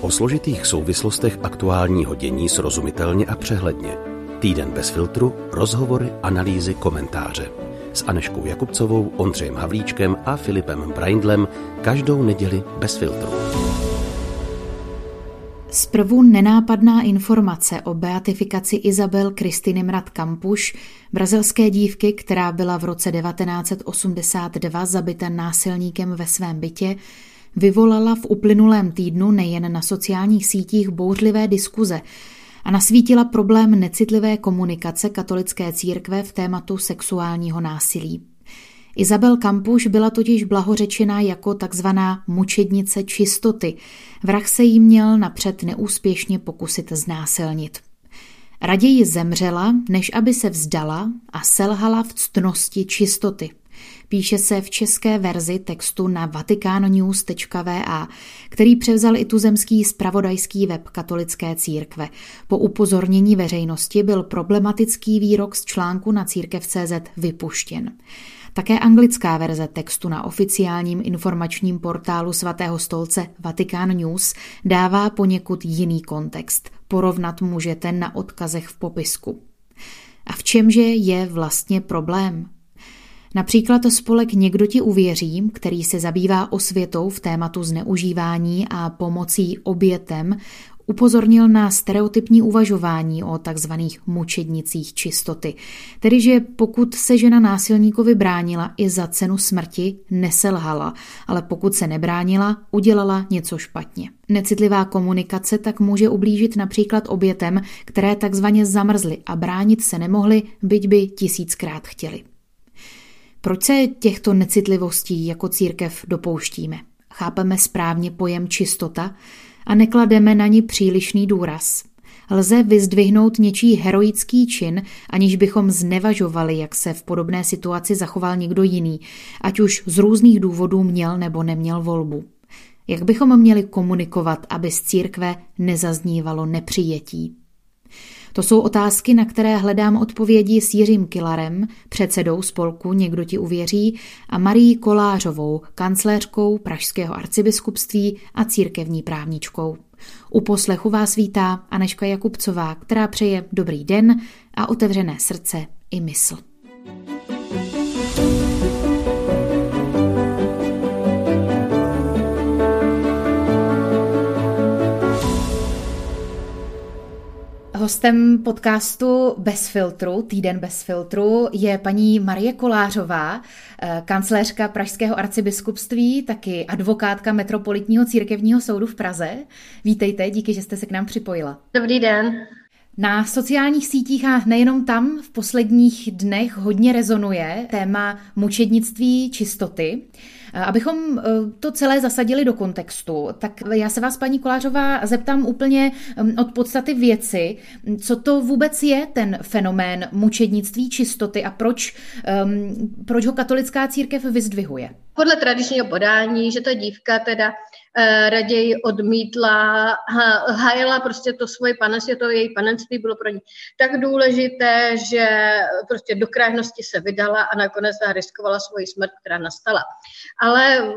O složitých souvislostech aktuálního dění srozumitelně a přehledně. Týden bez filtru, rozhovory, analýzy, komentáře. S Anežkou Jakubcovou, Ondřejem Havlíčkem a Filipem Braindlem každou neděli bez filtru. Zprvu nenápadná informace o beatifikaci Isabel Kristiny Mrad Kampuš, brazilské dívky, která byla v roce 1982 zabita násilníkem ve svém bytě, vyvolala v uplynulém týdnu nejen na sociálních sítích bouřlivé diskuze a nasvítila problém necitlivé komunikace katolické církve v tématu sexuálního násilí. Isabel Kampuš byla totiž blahořečena jako takzvaná mučednice čistoty. Vrah se jí měl napřed neúspěšně pokusit znásilnit. Raději zemřela, než aby se vzdala a selhala v ctnosti čistoty. Píše se v české verzi textu na vaticannews.va, který převzal i tuzemský zpravodajský web katolické církve. Po upozornění veřejnosti byl problematický výrok z článku na církev.cz vypuštěn. Také anglická verze textu na oficiálním informačním portálu Svatého stolce Vatican News dává poněkud jiný kontext. Porovnat můžete na odkazech v popisku. A v čemže je vlastně problém? Například spolek Někdo ti uvěří, který se zabývá osvětou v tématu zneužívání a pomocí obětem, upozornil na stereotypní uvažování o takzvaných mučednicích čistoty. Tedy, že pokud se žena násilníkovi bránila i za cenu smrti, neselhala, ale pokud se nebránila, udělala něco špatně. Necitlivá komunikace tak může ublížit například obětem, které takzvaně zamrzly a bránit se nemohly, byť by 1000krát chtěli. Proč se těchto necitlivostí jako církev dopouštíme? Chápeme správně pojem čistota a neklademe na ní přílišný důraz. Lze vyzdvihnout něčí heroický čin, aniž bychom znevažovali, jak se v podobné situaci zachoval někdo jiný, ať už z různých důvodů měl nebo neměl volbu. Jak bychom měli komunikovat, aby z církve nezaznívalo nepřijetí? To jsou otázky, na které hledám odpovědi s Jiřím Kilarem, předsedou spolku Někdo ti uvěří, a Marií Kolářovou, kancléřkou Pražského arcibiskupství a církevní právničkou. U poslechu vás vítá Anežka Jakubcová, která přeje dobrý den a otevřené srdce i mysl. Hostem podcastu Bez filtru, Týden bez filtru, je paní Marie Kolářová, kancléřka Pražského arcibiskupství, taky advokátka Metropolitního církevního soudu v Praze. Vítejte, díky, že jste se k nám připojila. Dobrý den. Na sociálních sítích a nejenom tam v posledních dnech hodně rezonuje téma mučednictví čistoty. Abychom to celé zasadili do kontextu, tak já se vás, paní Kolářová, zeptám úplně od podstaty věci, co to vůbec je ten fenomén mučednictví čistoty a proč ho katolická církev vyzdvihuje? Podle tradičního podání, že ta dívka teda raději odmítla, hájila prostě to svoje panenství, to její panenství bylo pro ní tak důležité, že prostě do krajnosti se vydala a nakonec riskovala svoji smrt, která nastala. Ale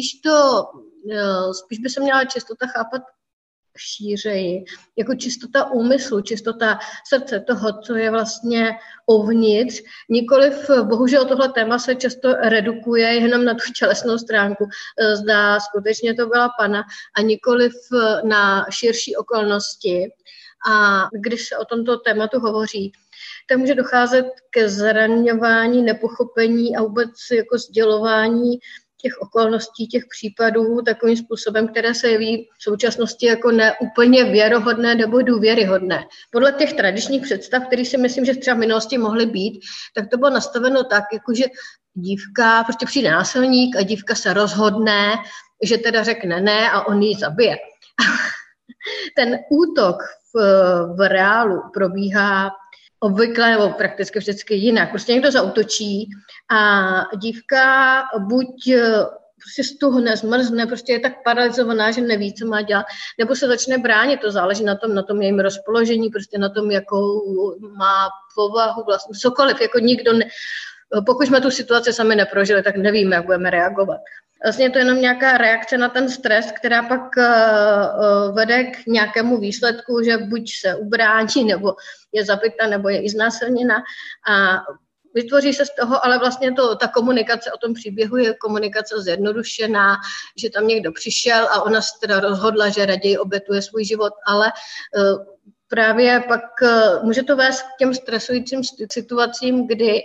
spíš by se měla čistota chápat šířeji, jako čistota úmyslu, čistota srdce toho, co je vlastně uvnitř. Nikoliv, bohužel tohle téma se často redukuje jenom na tu tělesnou stránku, zda skutečně to byla pana, a nikoliv na širší okolnosti. A když se o tomto tématu hovoří, tak může docházet ke zraňování, nepochopení a vůbec jako sdělování těch okolností, těch případů takovým způsobem, které se jeví v současnosti jako neúplně věrohodné nebo důvěryhodné. Podle těch tradičních představ, které si myslím, že třeba v minulosti mohly být, tak to bylo nastaveno tak, jakože dívka, prostě přijde násilník a dívka se rozhodne, že teda řekne ne a on ji zabije. Ten útok v reálu probíhá obvykle nebo prakticky vždycky jinak. Prostě někdo zaútočí a dívka buď prostě stuhne, zmrzne, prostě je tak paralizovaná, že neví, co má dělat, nebo se začne bránit, to záleží na tom jejím rozpoložení, prostě na tom, jakou má povahu, vlastně cokoliv, jako nikdo pokud jsme tu situaci sami neprožili, tak nevíme, jak budeme reagovat. Vlastně je to jenom nějaká reakce na ten stres, která pak vede k nějakému výsledku, že buď se ubrání, nebo je zabita, nebo je i znásilněna a vytvoří se z toho, ale vlastně ta komunikace o tom příběhu je komunikace zjednodušená, že tam někdo přišel a ona se teda rozhodla, že raději obětuje svůj život, ale právě pak může to vést k těm stresujícím situacím, kdy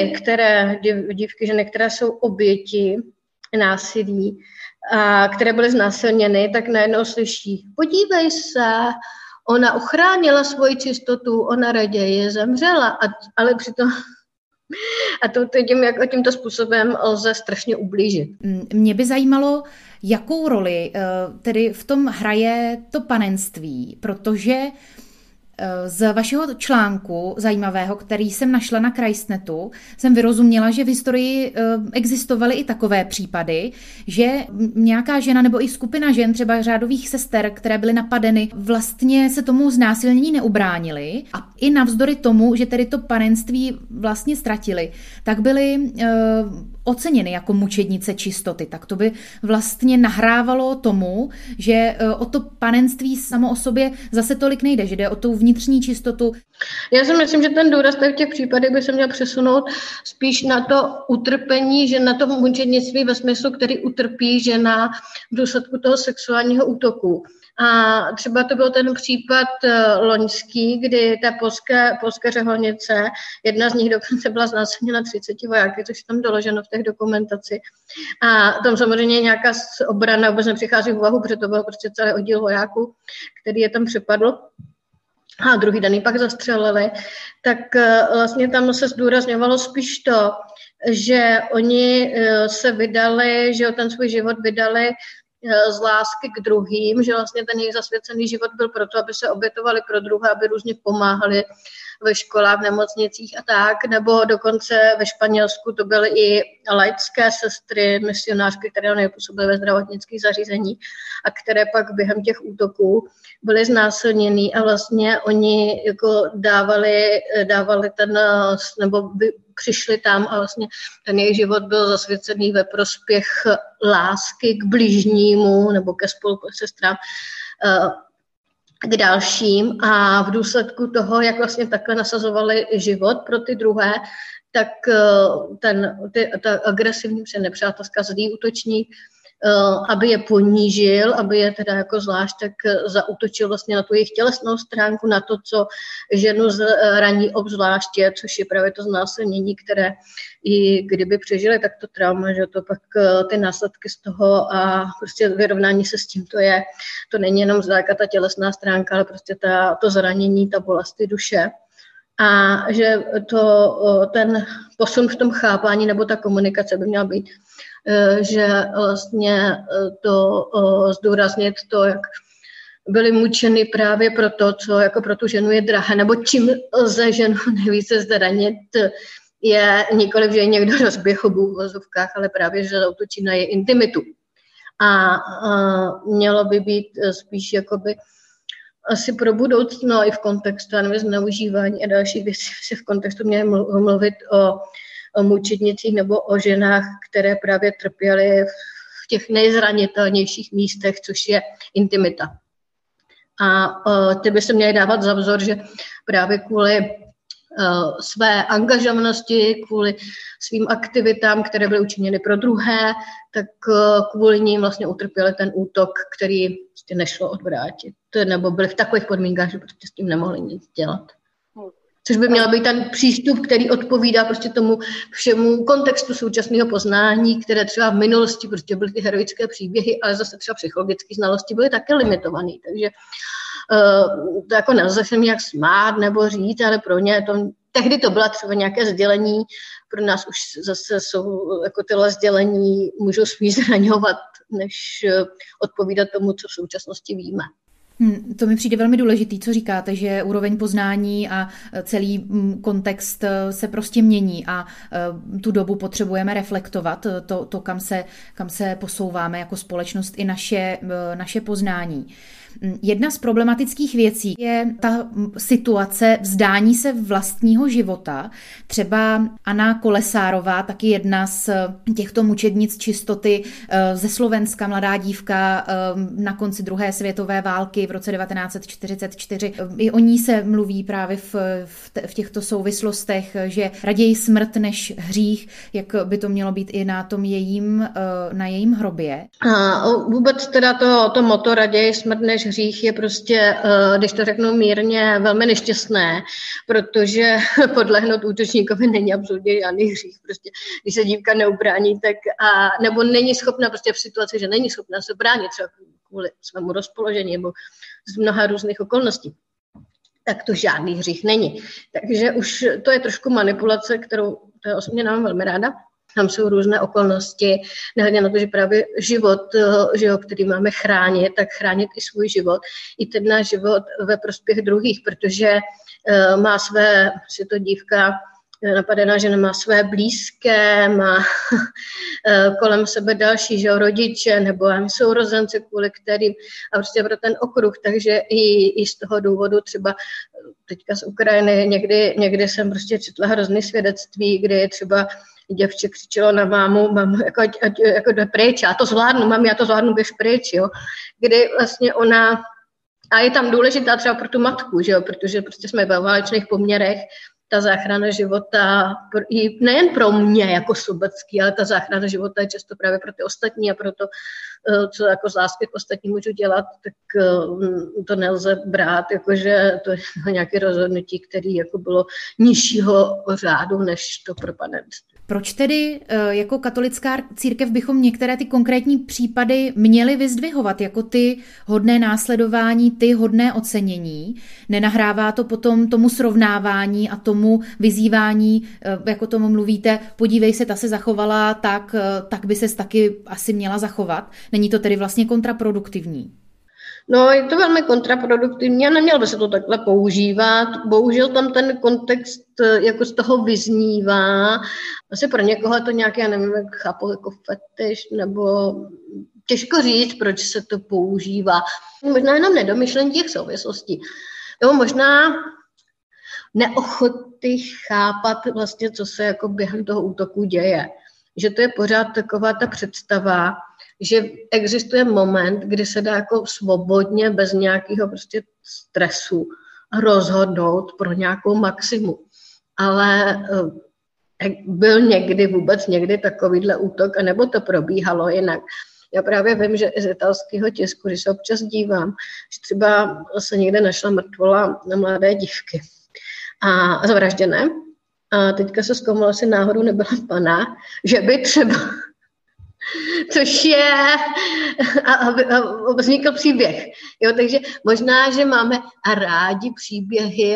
dívky, které jsou oběti násilí, a které byly znásilněny, tak najednou slyší, podívej se, ona ochránila svoji čistotu, ona raději zemřela, ale přitom a to tím, jak tímto způsobem lze strašně ublížit. Mě by zajímalo, jakou roli tedy v tom hraje to panenství, protože z vašeho článku zajímavého, který jsem našla na Christnetu, jsem vyrozuměla, že v historii existovaly i takové případy, že nějaká žena nebo i skupina žen, třeba řádových sester, které byly napadeny, vlastně se tomu znásilnění neubránily a i navzdory tomu, že tedy to panenství vlastně ztratili, tak byly oceněny jako mučednice čistoty. Tak to by vlastně nahrávalo tomu, že o to panenství samo o sobě zase tolik nejde, že jde o tu vnitřní čistotu. Já si myslím, že ten důraz v těch případech by se měl přesunout spíš na to utrpení, že na to mučednictví ve smyslu, který utrpí žena v důsledku toho sexuálního útoku. A třeba to byl ten případ loňský, kdy ta polské řeholnice, jedna z nich dokonce byla znásilněna 30 vojáky, což je tam doloženo v té dokumentaci. A tam samozřejmě nějaká obrana vůbec nepřichází v úvahu, protože to byl prostě celý oddíl vojáků, který je tam přepadl. A druhý den pak zastřelili, tak vlastně tam se zdůrazňovalo spíš to, že oni se vydali, že ten svůj život vydali z lásky k druhým, že vlastně ten jejich zasvěcený život byl proto, aby se obětovali pro druhé, aby různě pomáhali ve školách, v nemocnicích a tak, nebo dokonce ve Španělsku to byly i laické sestry, misionářky, které působily ve zdravotnických zařízení a které pak během těch útoků byly znásilněny a vlastně oni jako dávali ten, nebo přišli tam a vlastně ten jejich život byl zasvěcený ve prospěch lásky k bližnímu nebo ke spolusestrám, k dalším a v důsledku toho, jak vlastně takhle nasazovali život pro ty druhé, tak ta agresivní, nepřátelská zlý útočník, aby je ponížil, aby je teda jako zvlášť tak zaútočil vlastně na tu jejich tělesnou stránku, na to, co ženu zraní obzvláště, což je právě to znásilnění, které i kdyby přežili, tak to trauma, že to pak ty následky z toho a prostě vyrovnání se s tím to není jenom zdaleka ta tělesná stránka, ale prostě to zranění, ta bolest ty duše. A že ten posun v tom chápání nebo ta komunikace by měla být, že vlastně to zdůraznit to, jak byly mučeny právě pro to, co jako pro tu ženu je drahé, nebo čím lze ženu nejvíce zranit, je nikoliv, že někdo rozbije chobu v vozovkách, ale právě, že zaútočí na její intimitu. A mělo by být spíš jakoby asi pro budoucno i v kontextu zneužívání a dalších věcí se v kontextu měli mluvit o mučednicích nebo o ženách, které právě trpěly v těch nejzranitelnějších místech, což je intimita. A ty by se měly dávat za vzor, že právě kvůli své angažovanosti, kvůli svým aktivitám, které byly učiněny pro druhé, tak kvůli ním vlastně utrpěli ten útok, který prostě nešlo odvrátit. Nebo byli v takových podmínkách, že prostě s tím nemohli nic dělat. Což by měl být ten přístup, který odpovídá prostě tomu všemu kontextu současného poznání, které třeba v minulosti prostě byly ty heroické příběhy, ale zase třeba psychologické znalosti byly také limitované. Takže to jako nelze se nějak smát nebo říct, ale pro ně tehdy to byla třeba nějaké sdělení, pro nás už zase jsou jako tyhle sdělení můžou spíš zraňovat, než odpovídat tomu, co v současnosti víme. To mi přijde velmi důležitý, co říkáte, že úroveň poznání a celý kontext se prostě mění a tu dobu potřebujeme reflektovat, kam se posouváme jako společnost i naše poznání. Jedna z problematických věcí je ta situace vzdání se vlastního života. Třeba Anna Kolesárová, taky jedna z těchto mučednic čistoty ze Slovenska, mladá dívka na konci druhé světové války v roce 1944. I o ní se mluví právě v těchto souvislostech, že raději smrt než hřích, jak by to mělo být i na jejím hrobě. A vůbec teda to motto raději smrt než hřích je prostě, když to řeknu mírně, velmi nešťastné, protože podlehnout útočníkovi není absolutně žádný hřích. Prostě, když se dívka neubrání, tak nebo není schopna prostě v situaci, že není schopna se bránit třeba kvůli svému rozpoložení nebo z mnoha různých okolností, tak to žádný hřích není. Takže už to je trošku manipulace, kterou to osobně mám velmi ráda. Tam jsou různé okolnosti, nehledě na to, že právě život, který máme chránit, tak chránit i svůj život, i ten náš život ve prospěch druhých, protože má své, si to dívka napadená, že nemá své blízké, má kolem sebe další, že rodiče nebo sourozence, kvůli kterým a prostě pro ten okruh, takže i z toho důvodu třeba teďka z Ukrajiny někdy jsem prostě četla hrozný svědectví, kde je třeba děvče křičelo na mámu, jako jde pryč, já to zvládnu, běž pryč, jo. Kdy vlastně ona, a je tam důležitá třeba pro tu matku, že jo, protože prostě jsme ve válečných poměrech, ta záchrana života, nejen pro mě jako Sobecký, ale ta záchrana života je často právě pro ty ostatní a pro to, co jako z lásky k ostatním můžu dělat, tak to nelze brát, jakože to je nějaké rozhodnutí, které jako bylo nižšího řádu než to propadenství. Proč tedy jako katolická církev bychom některé ty konkrétní případy měli vyzdvihovat jako ty hodné následování, ty hodné ocenění? Nenahrává to potom tomu srovnávání a tomu vyzývání, jako tomu mluvíte, podívej se, ta se zachovala tak by ses taky asi měla zachovat? Není to tedy vlastně kontraproduktivní? No, je to velmi kontraproduktivní a nemělo by se to takhle používat. Bohužel tam ten kontext jako z toho vyznívá. Asi pro někoho to nějaké, já nevím, jak chápu, jako fetiš, nebo těžko říct, proč se to používá. Možná jenom nedomyšlení těch souvislostí. Nebo možná neochoty chápat vlastně, co se jako během toho útoku děje. Že to je pořád taková ta představa, že existuje moment, kdy se dá jako svobodně, bez nějakého prostě stresu rozhodnout pro nějakou maximu. Ale byl někdy takovýhle útok, anebo to probíhalo jinak. Já právě vím, že z italského tisku, když se občas dívám, že třeba se někde našla mrtvola na mladé dívky a zavražděné. A teďka se zkoumalo, jestli náhodou nebyla pana, že by třeba což je a vznikl příběh. Jo, takže možná, že máme rádi příběhy,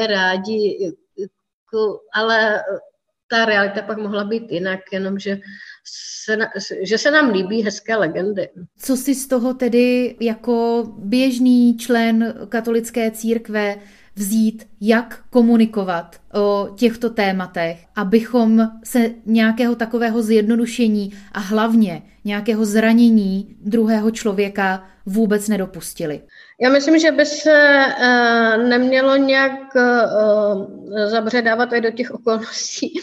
ale ta realita pak mohla být jinak, jenom že se nám líbí hezké legendy. Co si z toho tedy jako běžný člen katolické církve vzít, jak komunikovat o těchto tématech, abychom se nějakého takového zjednodušení a hlavně nějakého zranění druhého člověka vůbec nedopustili? Já myslím, že by se nemělo nějak zabředávat do těch okolností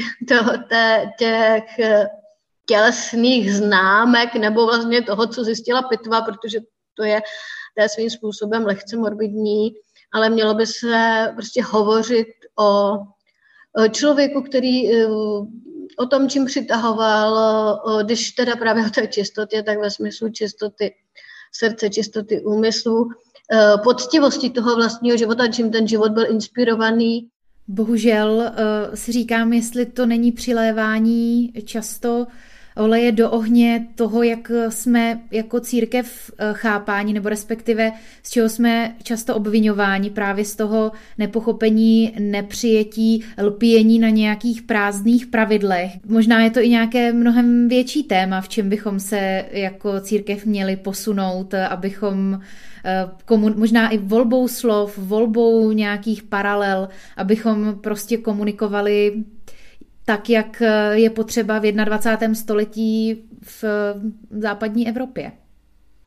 těch tělesných známek nebo vlastně toho, co zjistila pitva, protože to je svým způsobem lehce morbidní, ale mělo by se prostě hovořit o člověku, který o tom, čím přitahoval, když teda právě o té čistotě, tak ve smyslu čistoty srdce, čistoty úmyslu, poctivosti toho vlastního života, čím ten život byl inspirovaný. Bohužel si říkám, jestli to není přilévání často oleje do ohně toho, jak jsme jako církev chápáni, nebo respektive z čeho jsme často obviňováni, právě z toho nepochopení, nepřijetí, lpění na nějakých prázdných pravidlech. Možná je to i nějaké mnohem větší téma, v čem bychom se jako církev měli posunout, abychom možná i volbou slov, volbou nějakých paralel, abychom prostě komunikovali tak, jak je potřeba v 21. století v západní Evropě.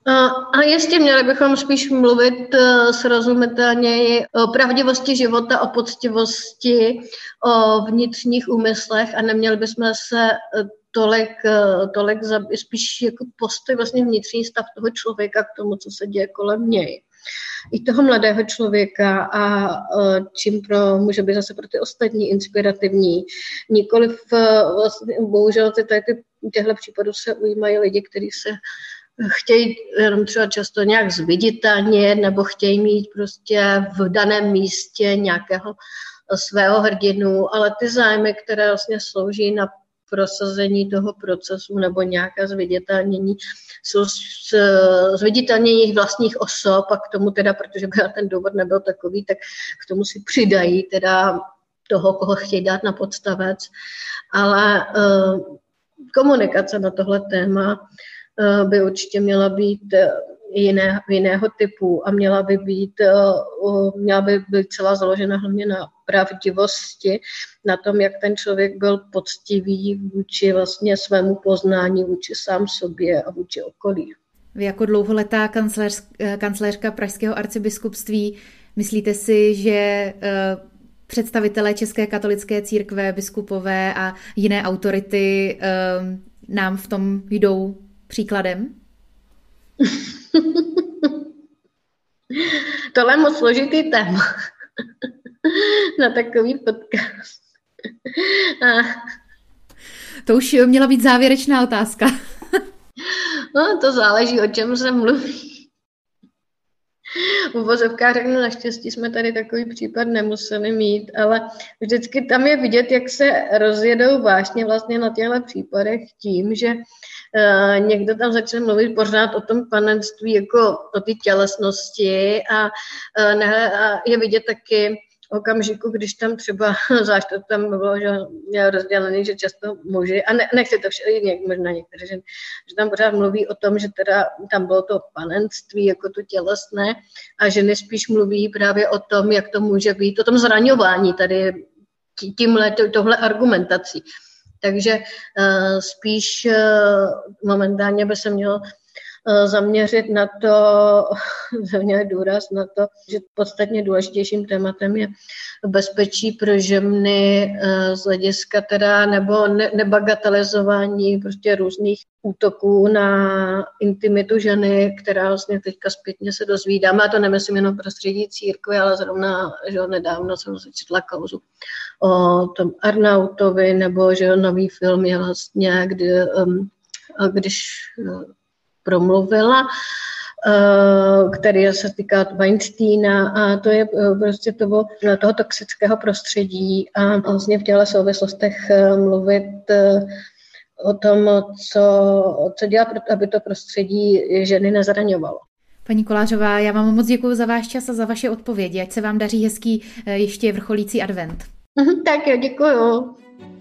A jistě měli bychom spíš mluvit srozumitelněji o pravdivosti života, o poctivosti, o vnitřních úmyslech a neměli bychom se tolik spíš jako postoj vlastně vnitřní stav toho člověka k tomu, co se děje kolem něj. I toho mladého člověka a čím může být zase pro ty ostatní inspirativní. Nikoliv vlastně, bohužel těchto případů se ujímají lidi, kteří se chtějí jenom třeba často nějak zviditelnit nebo chtějí mít prostě v daném místě nějakého svého hrdinu, ale ty zájmy, které vlastně slouží na prosazení toho procesu nebo nějaké zviditelnění, jsou zviditelnění jejich vlastních osob a k tomu teda, protože by ten důvod nebyl takový, tak k tomu si přidají teda toho, koho chtějí dát na podstavec. Ale komunikace na tohle téma by určitě měla být jiného typu a měla by být celá založena hlavně na pravdivosti, na tom, jak ten člověk byl poctivý vůči vlastně svému poznání, vůči sám sobě a vůči okolí. Vy jako dlouholetá kancléřka Pražského arcibiskupství, myslíte si, že představitelé České katolické církve, biskupové a jiné autority nám v tom jdou příkladem? Tohle je moc složitý téma na takový podcast. To už měla být závěrečná otázka. No, to záleží, o čem se mluví. V uvozovkách řeknu, naštěstí jsme tady takový případ nemuseli mít, ale vždycky tam je vidět, jak se rozjedou vášně vlastně na těchto případech tím, že někdo tam začne mluvit pořád o tom panenství jako o té tělesnosti a je vidět taky okamžiku, když tam třeba, zvlášť to tam bylo, že měl rozdělený, že často muži, a nechci to možná některé ženy, že tam pořád mluví o tom, že teda tam bylo to panenství jako to tělesné a ženy spíš mluví právě o tom, jak to může být, o tom zraňování tady tohle argumentací. Takže spíš momentálně by se mělo zaměřit na to, zaměřit důraz na to, že podstatně důležitějším tématem je bezpečí pro ženy z hlediska teda nebo nebagatelizování prostě různých útoků na intimitu ženy, která vlastně teďka zpětně se dozvídáme, a to nemyslím jenom prostředí církve, ale zrovna, že nedávno jsem se četla kauzu o tom Arnautovi, nebo že nový film je vlastně, když promluvila, který se týká Weinsteina a to je prostě toho toxického prostředí a vlastně v těchto souvislostech mluvit o tom, co dělat, aby to prostředí ženy nezraňovalo. Paní Kolářová, já vám moc děkuji za váš čas a za vaše odpovědi. Ať se vám daří hezký ještě vrcholící advent. Tak jo, děkuju.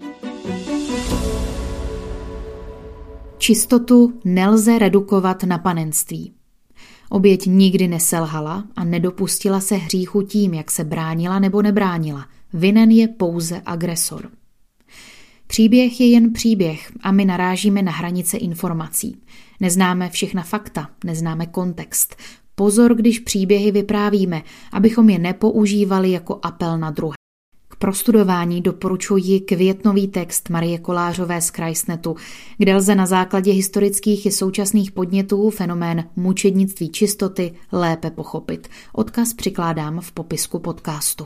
Čistotu nelze redukovat na panenství. Oběť nikdy neselhala a nedopustila se hříchu tím, jak se bránila nebo nebránila. Vinen je pouze agresor. Příběh je jen příběh a my narážíme na hranice informací. Neznáme všechna fakta, neznáme kontext. Pozor, když příběhy vyprávíme, abychom je nepoužívali jako apel na druhé. K prostudování doporučuji květnový text Marie Kolářové z Christnetu, kde lze na základě historických i současných podnětů fenomén mučednictví čistoty lépe pochopit. Odkaz přikládám v popisku podcastu.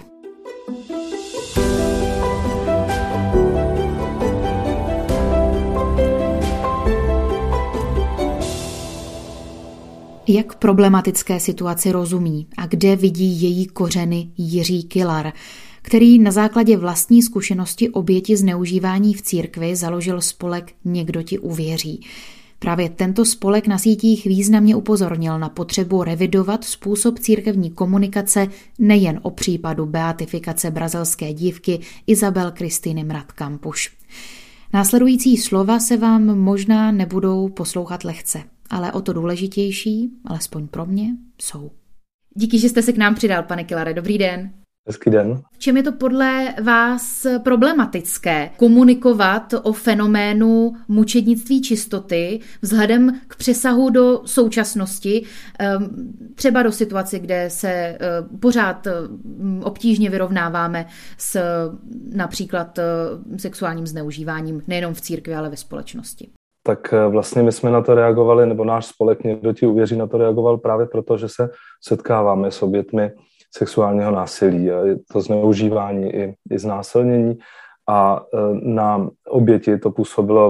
Jak problematické situaci rozumí a kde vidí její kořeny Jiří Kilar, který na základě vlastní zkušenosti oběti zneužívání v církvi založil spolek Někdo ti uvěří. Právě tento spolek na sítích významně upozornil na potřebu revidovat způsob církevní komunikace nejen o případu beatifikace brazilské dívky Isabel Kristýny Mrad-Kampuš. Následující slova se vám možná nebudou poslouchat lehce, ale o to důležitější, alespoň pro mě, jsou. Díky, že jste se k nám přidal, pane Kilare. Dobrý den. Hezký den. V čem je to podle vás problematické komunikovat o fenoménu mučednictví čistoty vzhledem k přesahu do současnosti, třeba do situace, kde se pořád obtížně vyrovnáváme s například sexuálním zneužíváním nejenom v církvi, ale ve společnosti? Tak vlastně my jsme na to reagovali, nebo náš spolek Někdo ti uvěří na to reagoval právě proto, že se setkáváme s obětmi sexuálního násilí, to zneužívání i znásilnění a na oběti to působilo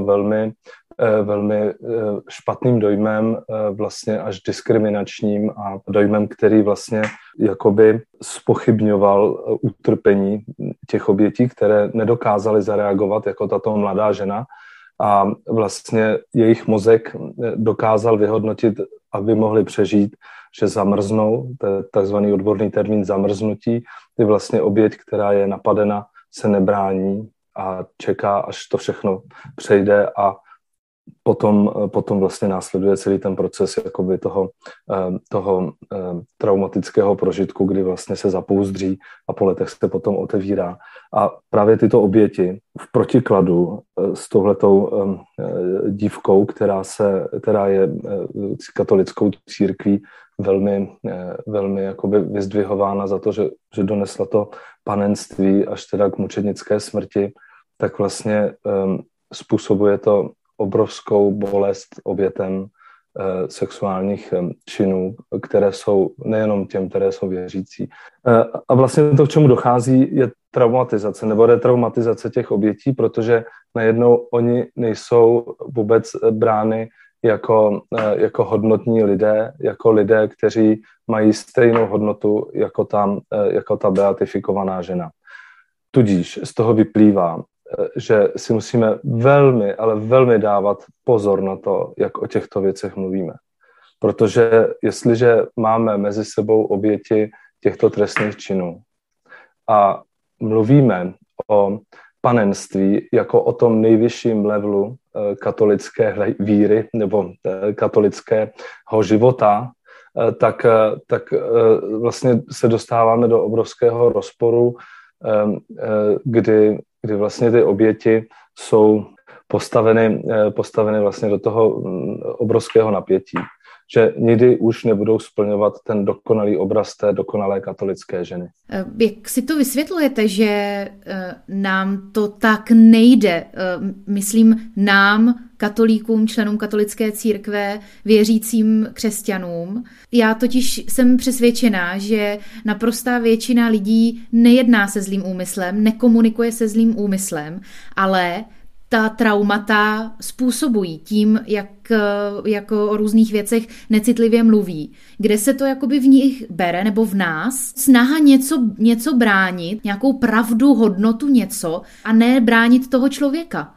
velmi špatným dojmem, vlastně až diskriminačním a dojmem, který vlastně jakoby zpochybňoval utrpení těch obětí, které nedokázaly zareagovat jako tato mladá žena a vlastně jejich mozek dokázal vyhodnotit, aby mohli přežít, že zamrznou, to je takzvaný odborný termín zamrznutí, kdy vlastně oběť, která je napadena, se nebrání a čeká, až to všechno přejde a potom vlastně následuje celý ten proces jakoby toho traumatického prožitku, kdy vlastně se zapouzdří a po letech se potom otevírá. A právě tyto oběti v protikladu s touhletou dívkou, která je katolickou církví velmi jakoby vyzdvihována za to, že donesla to panenství až teda k mučednické smrti, tak vlastně způsobuje to obrovskou bolest obětem sexuálních činů, které jsou nejenom těm, které jsou věřící. A vlastně to, k čemu dochází, je traumatizace nebo retraumatizace těch obětí, protože najednou oni nejsou vůbec brány jako hodnotní lidé, jako lidé, kteří mají stejnou hodnotu jako ta beatifikovaná žena. Tudíž z toho vyplývá, že si musíme velmi, ale velmi dávat pozor na to, jak o těchto věcech mluvíme. Protože jestliže máme mezi sebou oběti těchto trestných činů a mluvíme o panenství jako o tom nejvyšším levelu katolické víry nebo katolického života, tak vlastně se dostáváme do obrovského rozporu, kdy vlastně ty oběti jsou postaveny vlastně do toho obrovského napětí, že nikdy už nebudou splňovat ten dokonalý obraz té dokonalé katolické ženy. Jak si to vysvětlujete, že nám to tak nejde? Myslím nám, katolíkům, členům katolické církve, věřícím křesťanům. Já totiž jsem přesvědčená, že naprostá většina lidí nejedná se zlým úmyslem, nekomunikuje se zlým úmyslem, ale ta traumata způsobují tím, jak o různých věcech necitlivě mluví. Kde se to jakoby v nich bere, nebo v nás, snaha něco bránit, nějakou pravdu, hodnotu, něco, a ne bránit toho člověka.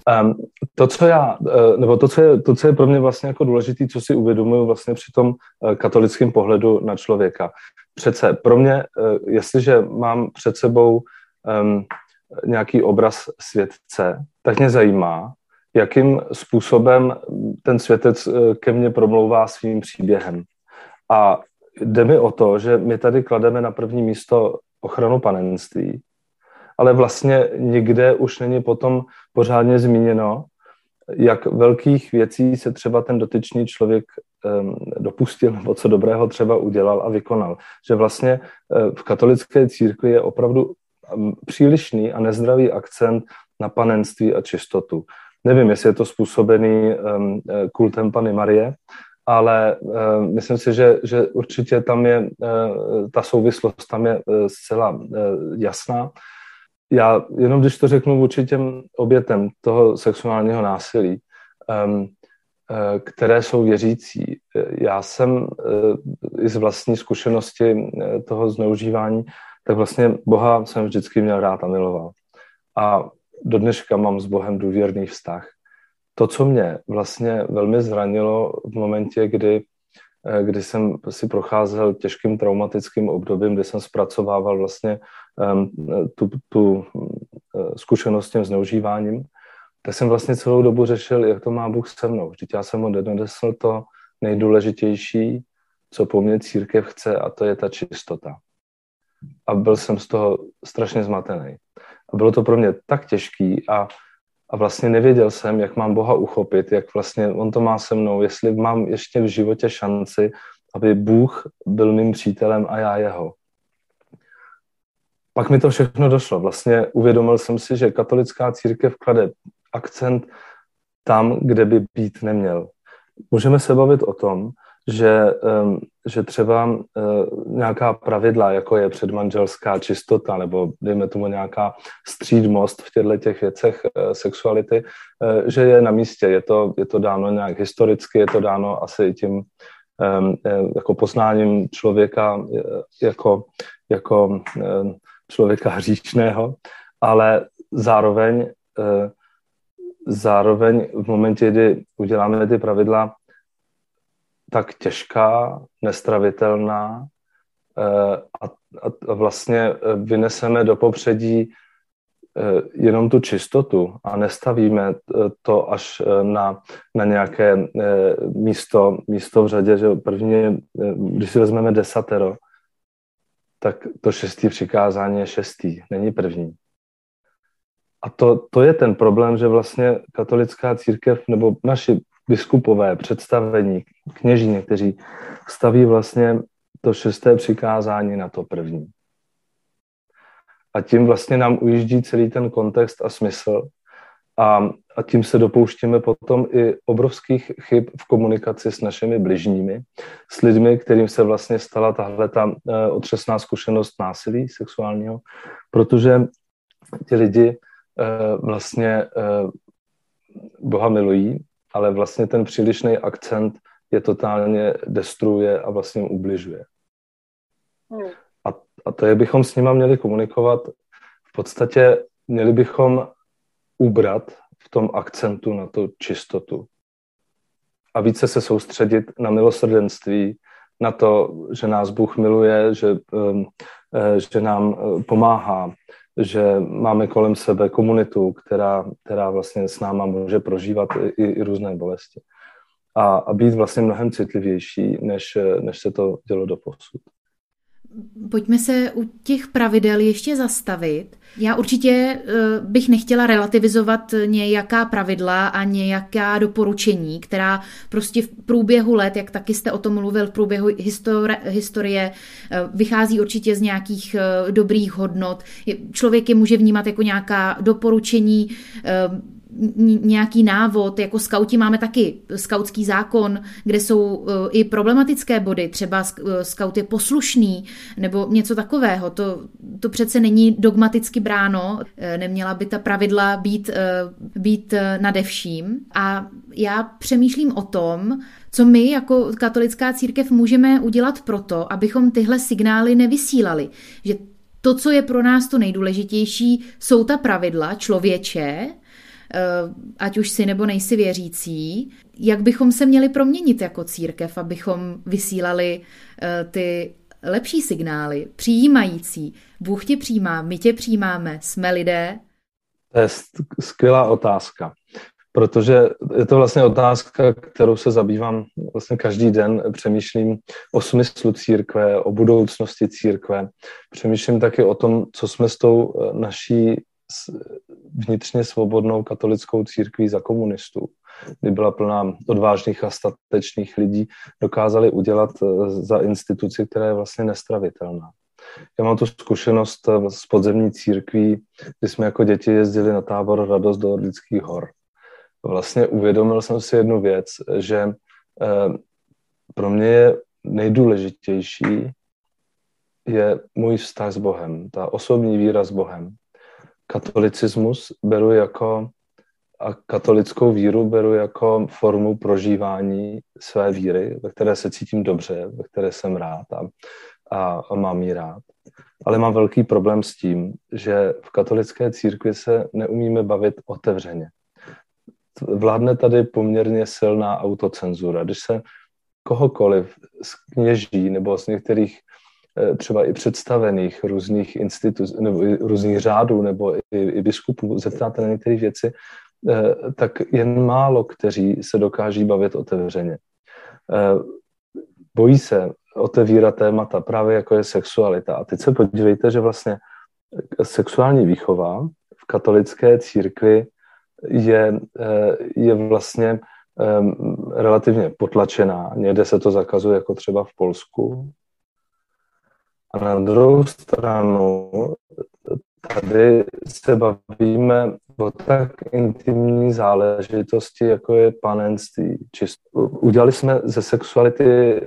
To, co je pro mě vlastně jako důležitý, co si uvědomuji vlastně při tom katolickém pohledu na člověka. Přece pro mě, jestliže mám před sebou nějaký obraz světce, tak mě zajímá, jakým způsobem ten světec ke mně promlouvá svým příběhem. A jde mi o to, že my tady klademe na první místo ochranu panenství, ale vlastně nikde už není potom pořádně zmíněno, jak velkých věcí se třeba ten dotyčný člověk dopustil, nebo co dobrého třeba udělal a vykonal. Že vlastně v katolické církvi je opravdu přílišný a nezdravý akcent na panenství a čistotu. Nevím, jestli je to způsobený kultem Panny Marie, ale myslím si, že určitě tam je ta souvislost tam je zcela jasná. Já jenom když to řeknu vůči těm obětem toho sexuálního násilí, které jsou věřící. Já jsem i z vlastní zkušenosti toho zneužívání, tak vlastně Boha jsem vždycky měl rád a miloval. A do dneška mám s Bohem důvěrný vztah. To, co mě vlastně velmi zranilo v momentě, kdy jsem si procházel těžkým traumatickým obdobím, kdy jsem zpracovával vlastně tu zkušenost s tím zneužíváním, tak jsem vlastně celou dobu řešil, jak to má Bůh se mnou. Vždyť já jsem mu donesl to nejdůležitější, co po mně církev chce, a to je ta čistota. a byl jsem z toho strašně zmatený. A bylo to pro mě tak těžký a vlastně nevěděl jsem, jak mám Boha uchopit, jak vlastně on to má se mnou, jestli mám ještě v životě šanci, aby Bůh byl mým přítelem a já jeho. Pak mi to všechno došlo. Vlastně uvědomil jsem si, že katolická církev klade akcent tam, kde by být neměl. Můžeme se bavit o tom, že třeba nějaká pravidla, jako je předmanželská čistota, nebo dejme tomu nějaká střídmost v těchto věcech sexuality, že je na místě. Je to dáno nějak historicky, je to dáno asi tím jako poznáním člověka jako člověka hříšného, ale zároveň v momentě, kdy uděláme ty pravidla tak těžká, nestravitelná a vlastně vyneseme do popředí jenom tu čistotu a nestavíme to až na nějaké místo v řadě, že první, když si vezmeme 10, tak to 6. přikázání je 6., není první. A to je ten problém, že vlastně katolická církev nebo naši biskupové, představení, kněží někteří staví vlastně to 6. přikázání na to první. A tím vlastně nám ujíždí celý ten kontext a smysl a tím se dopouštíme potom i obrovských chyb v komunikaci s našimi bližními, s lidmi, kterým se vlastně stala tahleta otřesná zkušenost násilí sexuálního, protože ti lidi vlastně Boha milují, ale vlastně ten přílišný akcent je totálně destruuje a vlastně ubližuje. A to je, bychom s nima měli komunikovat. V podstatě měli bychom ubrat v tom akcentu na tu čistotu a více se soustředit na milosrdenství, na to, že nás Bůh miluje, že nám pomáhá, že máme kolem sebe komunitu, která vlastně s náma může prožívat i různé bolesti. A být vlastně mnohem citlivější, než se to dělo doposud. Pojďme se u těch pravidel ještě zastavit. Já určitě bych nechtěla relativizovat nějaká pravidla a nějaká doporučení, která prostě v průběhu let, jak taky jste o tom mluvil, v průběhu historie vychází určitě z nějakých dobrých hodnot. Člověk je může vnímat jako nějaká doporučení, nějaký návod, jako skauti máme taky skautský zákon, kde jsou i problematické body, třeba skaut je poslušný, nebo něco takového. To přece není dogmaticky bráno, neměla by ta pravidla být nade vším. A já přemýšlím o tom, co my jako katolická církev můžeme udělat proto, abychom tyhle signály nevysílali. Že to, co je pro nás to nejdůležitější, jsou ta pravidla člověče, ať už si nebo nejsi věřící, jak bychom se měli proměnit jako církev, abychom vysílali ty lepší signály, přijímající. Bůh tě přijímá, my tě přijímáme, jsme lidé. To je skvělá otázka, protože je to vlastně otázka, kterou se zabývám vlastně každý den. Přemýšlím o smyslu církve, o budoucnosti církve. Přemýšlím taky o tom, co jsme s tou naší vnitřně svobodnou katolickou církví za komunistů, kdy byla plná odvážných a statečných lidí, dokázali udělat za instituci, která je vlastně nestravitelná. Já mám tu zkušenost z podzemní církví, kdy jsme jako děti jezdili na tábor Radost do Orlických hor. Vlastně uvědomil jsem si jednu věc, že pro mě je nejdůležitější je můj vztah s Bohem, ta osobní víra s Bohem. Katolicismus beru a katolickou víru beru jako formu prožívání své víry, ve které se cítím dobře, ve které jsem rád a mám ji rád. Ale mám velký problém s tím, že v katolické církvi se neumíme bavit otevřeně. Vládne tady poměrně silná autocenzura. Když se kohokoliv z kněží nebo z některých třeba i představených různých institucí nebo různých řádů nebo i biskupů zeptáte na některé věci, tak jen málo kteří se dokáží bavit otevřeně. Bojí se otevírat témata, právě jako je sexualita. A teď se podívejte, že vlastně sexuální výchova v katolické církvi je vlastně relativně potlačená. Někde se to zakazuje, jako třeba v Polsku. A na druhou stranu tady se bavíme o tak intimní záležitosti, jako je panenství. Udělali jsme ze sexuality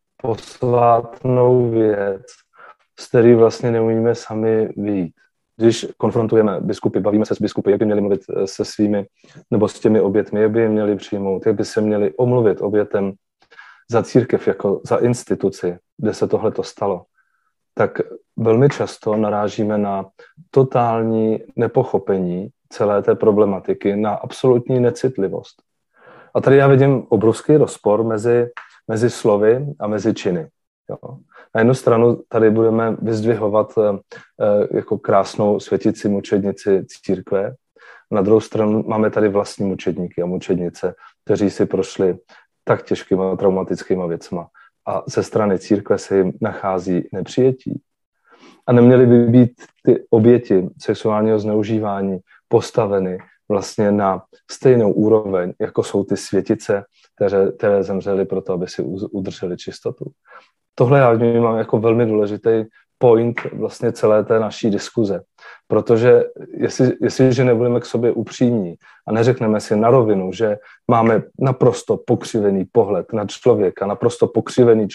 posvátnou věc, z který vlastně neumíme sami vyjít. Když konfrontujeme biskupy, bavíme se s biskupy, jak by měli mluvit se svými nebo s těmi obětmi, jak by je měli přijmout, jak by se měli omluvit obětem za církev jako za instituci, kde se tohleto stalo, tak velmi často narážíme na totální nepochopení celé té problematiky, na absolutní necitlivost. A tady já vidím obrovský rozpor mezi slovy a mezi činy. Jo. Na jednu stranu tady budeme vyzdvihovat jako krásnou světici, mučednici církve. Na druhou stranu máme tady vlastní mučedníky a mučednice, kteří si prošli tak těžkýma traumatickýma věcma. A ze strany církve se jim nachází nepřijetí. A neměly by být ty oběti sexuálního zneužívání postaveny vlastně na stejnou úroveň, jako jsou ty světice, které zemřely proto, aby si udrželi čistotu. Tohle já mám jako velmi důležitý point vlastně celé té naší diskuze. Protože jestliže nebudeme k sobě upřímní a neřekneme si na rovinu, že máme naprosto pokřivený pohled na člověka, naprosto pokřivený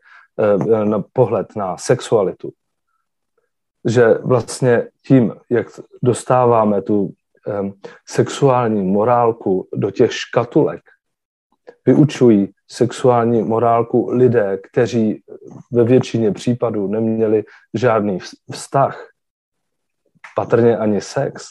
pohled na sexualitu, že vlastně tím, jak dostáváme tu sexuální morálku do těch škatulek, vyučují sexuální morálku lidé, kteří ve většině případů neměli žádný vztah, patrně ani sex,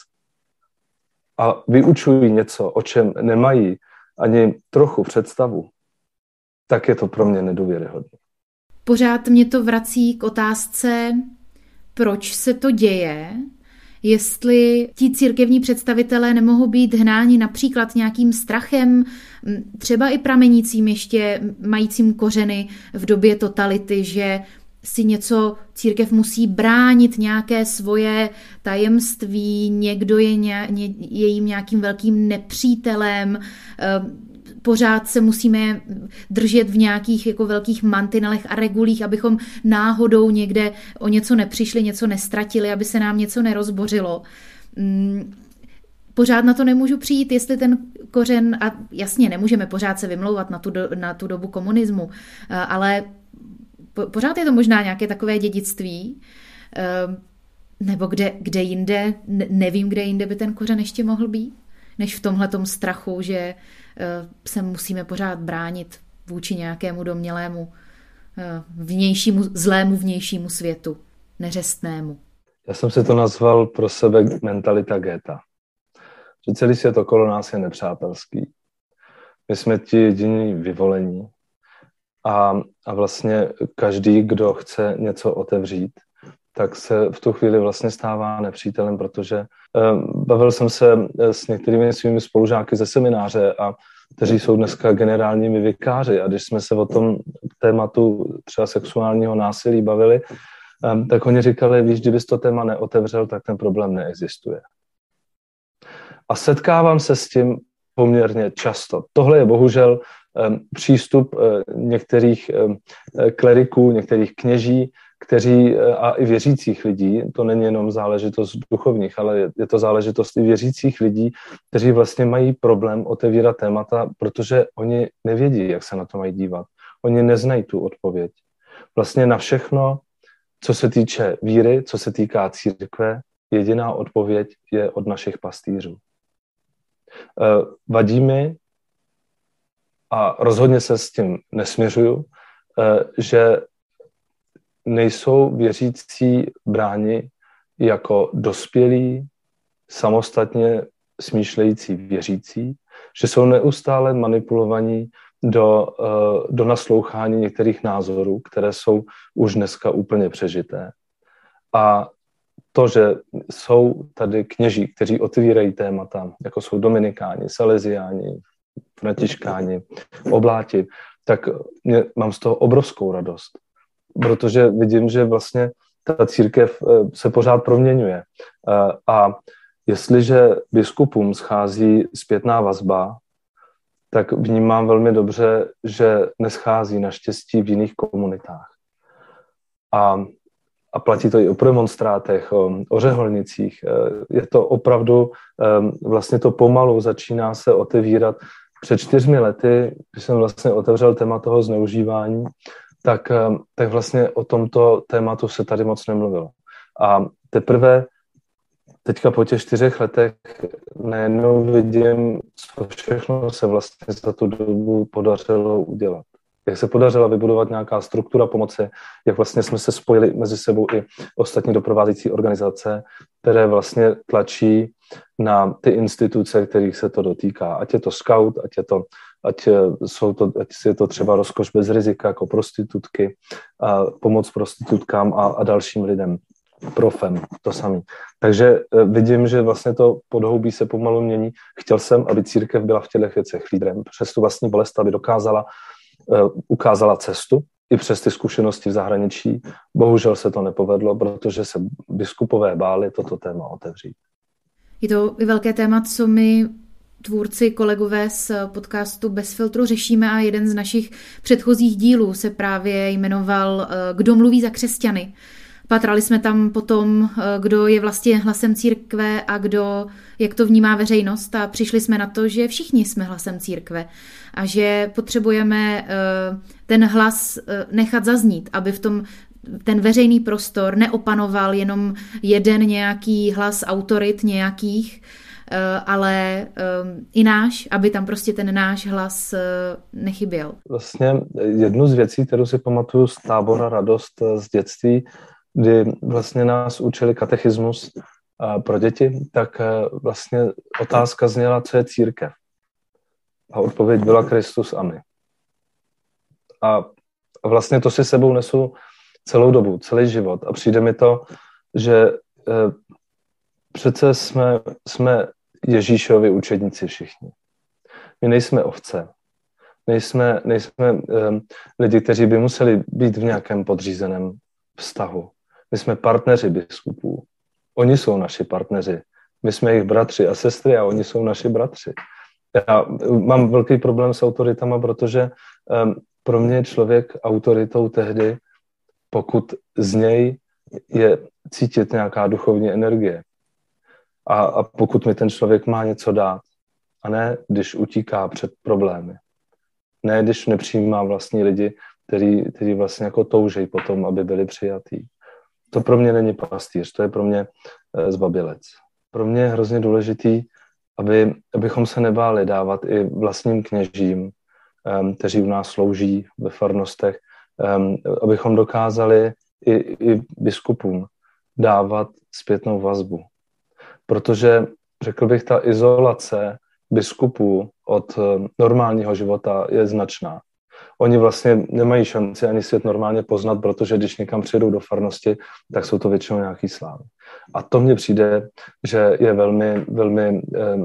a vyučují něco, o čem nemají ani trochu představu, tak je to pro mě nedůvěryhodné. Pořád mě to vrací k otázce, proč se to děje, jestli ti církevní představitelé nemohou být hnáni například nějakým strachem, třeba i pramenícím ještě majícím kořeny v době totality, že si něco církev musí bránit, nějaké svoje tajemství, někdo je jejím nějakým velkým nepřítelem, pořád se musíme držet v nějakých jako velkých mantinelech a regulích, abychom náhodou někde o něco nepřišli, něco nestratili, aby se nám něco nerozbořilo. Pořád na to nemůžu přijít, jestli ten kořen, a jasně, nemůžeme pořád se vymlouvat na tu dobu komunismu, ale pořád je to možná nějaké takové dědictví, nebo kde jinde, nevím, kde jinde by ten kořen ještě mohl být, než v tomhletom strachu, že se musíme pořád bránit vůči nějakému domnělému zlému vnějšímu světu, neřestnému. Já jsem si to nazval pro sebe mentalita ghetta. Že celý svět okolo nás je nepřátelský. My jsme ti jediní vyvolení a vlastně každý, kdo chce něco otevřít, tak se v tu chvíli vlastně stává nepřítelem, protože bavil jsem se s některými svými spolužáky ze semináře, kteří jsou dneska generálními vikáři, a když jsme se o tom tématu třeba sexuálního násilí bavili, tak oni říkali, víš, kdybys to téma neotevřel, tak ten problém neexistuje. A setkávám se s tím poměrně často. Tohle je bohužel přístup některých kleriků, některých kněží, a i věřících lidí, to není jenom záležitost duchovních, ale je to záležitost i věřících lidí, kteří vlastně mají problém otevírat témata, protože oni nevědí, jak se na to mají dívat. Oni neznají tu odpověď. Vlastně na všechno, co se týče víry, co se týká církve, jediná odpověď je od našich pastýřů. Vadí mi, a rozhodně se s tím nesměřuju, že nejsou věřící bráni jako dospělí, samostatně smýšlející věřící, že jsou neustále manipulovaní do naslouchání některých názorů, které jsou už dneska úplně přežité. A to, že jsou tady kněží, kteří otvírají témata, jako jsou dominikáni, saleziáni, františkáni, obláti, tak mám z toho obrovskou radost. protože vidím, že vlastně ta církev se pořád proměňuje. A jestliže biskupům schází zpětná vazba, tak vnímám velmi dobře, že neschází naštěstí v jiných komunitách. A platí to i o premonstrátech, o řeholnicích. Je to opravdu, vlastně to pomalu začíná se otevírat. Před 4 lety, když jsem vlastně otevřel téma toho zneužívání, tak vlastně o tomto tématu se tady moc nemluvilo. A teprve teďka po těch 4 letech najednou vidím, co všechno se vlastně za tu dobu podařilo udělat. Jak se podařila vybudovat nějaká struktura pomoci, jak vlastně jsme se spojili mezi sebou i ostatní doprovázející organizace, které vlastně tlačí na ty instituce, kterých se to dotýká. Ať je to Scout, ať je to třeba Rozkoš bez rizika, jako prostitutky, a pomoc prostitutkám a dalším lidem. Profem, to samé. Takže vidím, že vlastně to podhoubí se pomalu mění. Chtěl jsem, aby církev byla v těchto věcech lídrem, přes tu vlastní bolest, aby ukázala cestu i přes ty zkušenosti v zahraničí. Bohužel se to nepovedlo, protože se biskupové báli toto téma otevřít. Je to i velké téma, co my tvůrci, kolegové z podcastu Bez filtru řešíme, a jeden z našich předchozích dílů se právě jmenoval Kdo mluví za křesťany. Patrali jsme tam potom, kdo je vlastně hlasem církve a jak to vnímá veřejnost, a přišli jsme na to, že všichni jsme hlasem církve a že potřebujeme ten hlas nechat zaznít, aby v tom ten veřejný prostor neopanoval jenom jeden nějaký hlas autorit nějakých, ale i náš, aby tam prostě ten náš hlas nechyběl. Vlastně jednu z věcí, kterou si pamatuju z tábora Radost z dětství, kdy vlastně nás učili katechismus pro děti, tak vlastně otázka zněla, co je církev. A odpověď byla Kristus a my. A vlastně to si sebou nesu celou dobu, celý život. A přijde mi to, že přece jsme Ježíšovi učedníci všichni. My nejsme ovce. Nejsme lidi, kteří by museli být v nějakém podřízeném vztahu. My jsme partneři biskupů. Oni jsou naši partneři. My jsme jejich bratři a sestry a oni jsou naši bratři. Já mám velký problém s autoritama, protože pro mě je člověk autoritou tehdy, pokud z něj je cítit nějaká duchovní energie. A pokud mi ten člověk má něco dát. A ne, když utíká před problémy. Ne, když nepřijímá vlastní lidi, který vlastně jako toužejí potom, aby byli přijatí. To pro mě není pastýř, to je pro mě zbabělec. Pro mě je hrozně důležitý, abychom se nebáli dávat i vlastním kněžím, kteří u nás slouží ve farnostech, abychom dokázali i biskupům dávat zpětnou vazbu. Protože, řekl bych, ta izolace biskupů od normálního života je značná. Oni vlastně nemají šanci ani svět normálně poznat, protože když někam přijedou do farnosti, tak jsou to většinou nějaký slávy. A to mně přijde, že je velmi, velmi,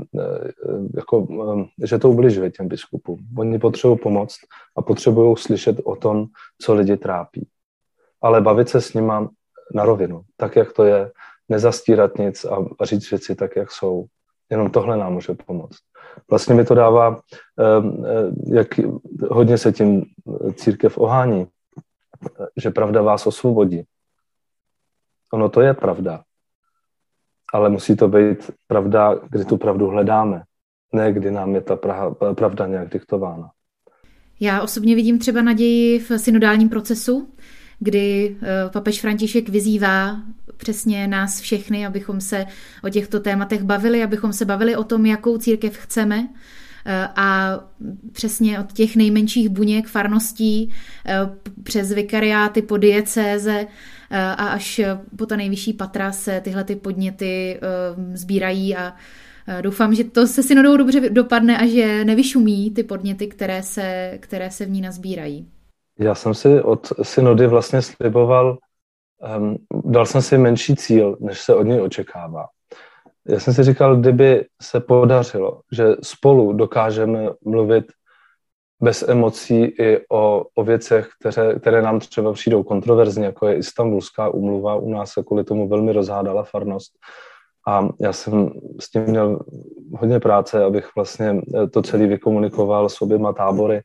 že to ubližuje těm biskupům. Oni potřebují pomoct a potřebují slyšet o tom, co lidi trápí. Ale bavit se s nima na rovinu, tak, jak to je, nezastírat nic a říct věci tak, jak jsou. Jenom tohle nám může pomoct. Vlastně mi to dává, jak hodně se tím církev ohání, že pravda vás osvobodí. Ono to je pravda, ale musí to být pravda, kdy tu pravdu hledáme, ne kdy nám je ta pravda nějak diktována. Já osobně vidím třeba naději v synodálním procesu, kdy papež František vyzývá přesně nás všechny, abychom se o těchto tématech bavili, abychom se bavili o tom, jakou církev chceme, a přesně od těch nejmenších buněk farností přes vikariáty po diecéze a až po ta nejvyšší patra se tyhle ty podněty sbírají, a doufám, že to se synodou dobře dopadne a že nevyšumí ty podněty, které se v ní nazbírají. Já jsem si od synody vlastně sliboval, dal jsem si menší cíl, než se od něj očekává. Já jsem si říkal, kdyby se podařilo, že spolu dokážeme mluvit bez emocí i o věcech, které nám třeba přijdou kontroverzně, jako je Istanbulská úmluva. U nás se kvůli tomu velmi rozhádala farnost. A já jsem s tím měl hodně práce, abych vlastně to celé vykomunikoval s oběma tábory.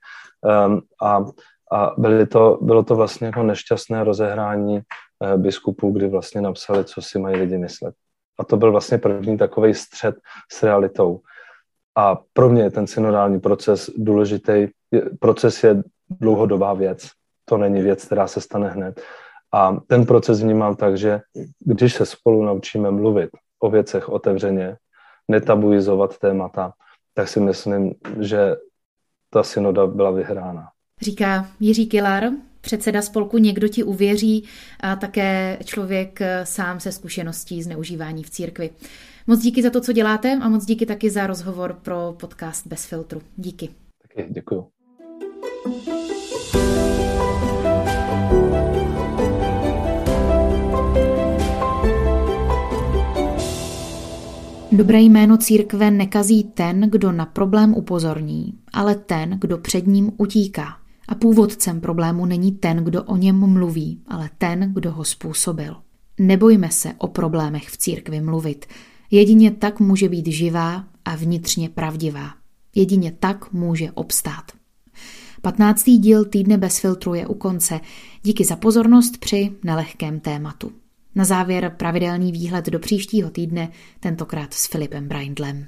A bylo to vlastně jako nešťastné rozehrání biskupů, kdy vlastně napsali, co si mají lidi myslet. A to byl vlastně první takovej střet s realitou. A pro mě je ten synodální proces důležitý. Proces je dlouhodobá věc. To není věc, která se stane hned. A ten proces vnímám tak, že když se spolu naučíme mluvit o věcech otevřeně, netabuizovat témata, tak si myslím, že ta synoda byla vyhrána. Říká Jiří Kilar, předseda spolku Někdo ti uvěří a také člověk sám se zkušeností zneužívání v církvi. Moc díky za to, co děláte a moc díky taky za rozhovor pro podcast Bez filtru. Díky. Taky děkuju. Dobré jméno církve nekazí ten, kdo na problém upozorní, ale ten, kdo před ním utíká. A původcem problému není ten, kdo o něm mluví, ale ten, kdo ho způsobil. Nebojme se o problémech v církvi mluvit. Jedině tak může být živá a vnitřně pravdivá. Jedině tak může obstát. 15. díl Týdne bez filtru je u konce. Díky za pozornost při nelehkém tématu. Na závěr pravidelný výhled do příštího týdne, tentokrát s Filipem Braindlem.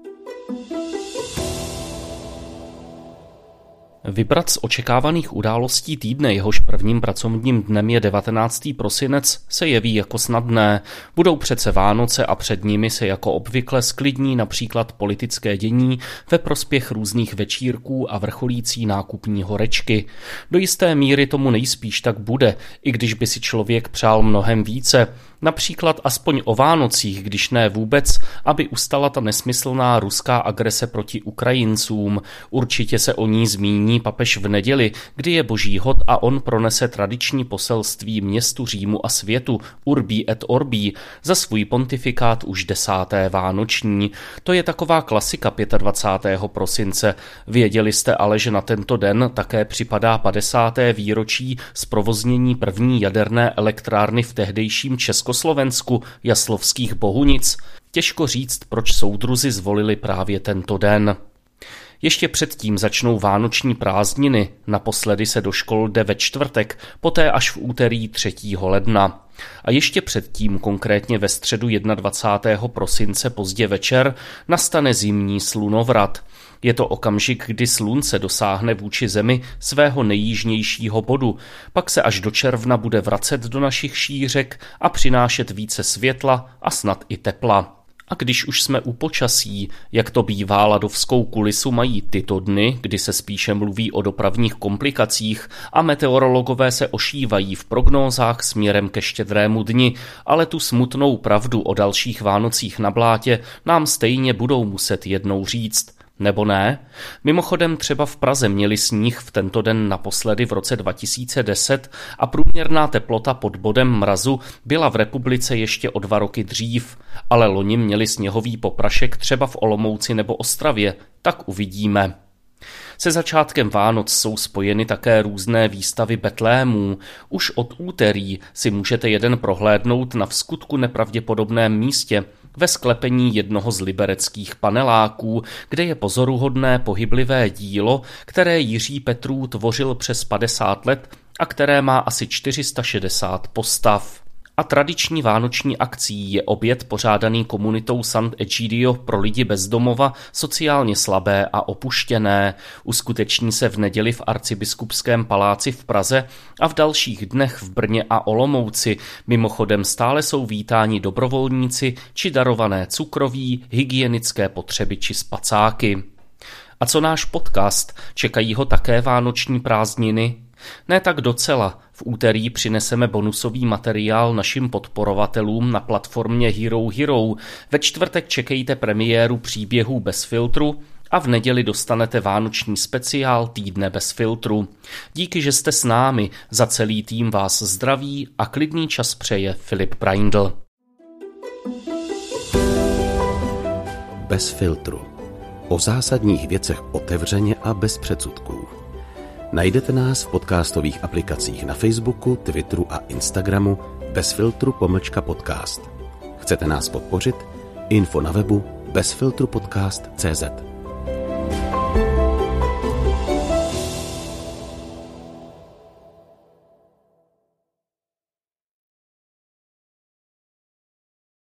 Vybrat z očekávaných událostí týdne, jehož prvním pracovním dnem je 19. prosinec, se jeví jako snadné. Budou přece Vánoce a před nimi se jako obvykle sklidní například politické dění ve prospěch různých večírků a vrcholící nákupní horečky. Do jisté míry tomu nejspíš tak bude, i když by si člověk přál mnohem více. Například aspoň o Vánocích, když ne vůbec, aby ustala ta nesmyslná ruská agrese proti Ukrajincům. Určitě se o ní zmíní papež v neděli, kdy je boží hod a on pronese tradiční poselství městu, Římu a světu Urbi et Orbi za svůj pontifikát už 10. vánoční. To je taková klasika 25. prosince. Věděli jste ale, že na tento den také připadá 50. výročí zprovoznění první jaderné elektrárny v tehdejším Československu, Jaslovských Bohunic. Těžko říct, proč soudruzi zvolili právě tento den. Ještě předtím začnou vánoční prázdniny, naposledy se do škol jde ve čtvrtek, poté až v úterý 3. ledna. A ještě předtím, konkrétně ve středu 21. prosince pozdě večer, nastane zimní slunovrat. Je to okamžik, kdy slunce dosáhne vůči zemi svého nejjižnějšího bodu, pak se až do června bude vracet do našich šířek a přinášet více světla a snad i tepla. A když už jsme u počasí, jak to bývá ladovskou kulisu mají tyto dny, kdy se spíše mluví o dopravních komplikacích a meteorologové se ošívají v prognózách směrem ke Štědrému dni, ale tu smutnou pravdu o dalších Vánocích na blátě nám stejně budou muset jednou říct. Nebo ne? Mimochodem třeba v Praze měli sníh v tento den naposledy v roce 2010 a průměrná teplota pod bodem mrazu byla v republice ještě o 2 roky dřív, ale loni měli sněhový poprašek třeba v Olomouci nebo Ostravě, tak uvidíme. Se začátkem Vánoc jsou spojeny také různé výstavy betlémů. Už od úterý si můžete jeden prohlédnout na vskutku nepravděpodobném místě, ve sklepení jednoho z libereckých paneláků, kde je pozoruhodné pohyblivé dílo, které Jiří Petrů tvořil přes 50 let a které má asi 460 postav. A tradiční vánoční akcí je oběd pořádaný komunitou Sant'Egidio pro lidi bez domova, sociálně slabé a opuštěné. Uskuteční se v neděli v Arcibiskupském paláci v Praze a v dalších dnech v Brně a Olomouci. Mimochodem stále jsou vítáni dobrovolníci či darované cukroví, hygienické potřeby či spacáky. A co náš podcast? Čekají ho také vánoční prázdniny? Ne tak docela. V úterý přineseme bonusový materiál našim podporovatelům na platformě Hero Hero. Ve čtvrtek čekejte premiéru Příběhů bez filtru a v neděli dostanete vánoční speciál Týdne bez filtru. Díky, že jste s námi. Za celý tým vás zdraví a klidný čas přeje Filip Braindl. Bez filtru. O zásadních věcech otevřeně a bez předsudků. Najdete nás v podcastových aplikacích na Facebooku, Twitteru a Instagramu bezfiltru_podcast. Chcete nás podpořit? Info na webu bezfiltrupodcast.cz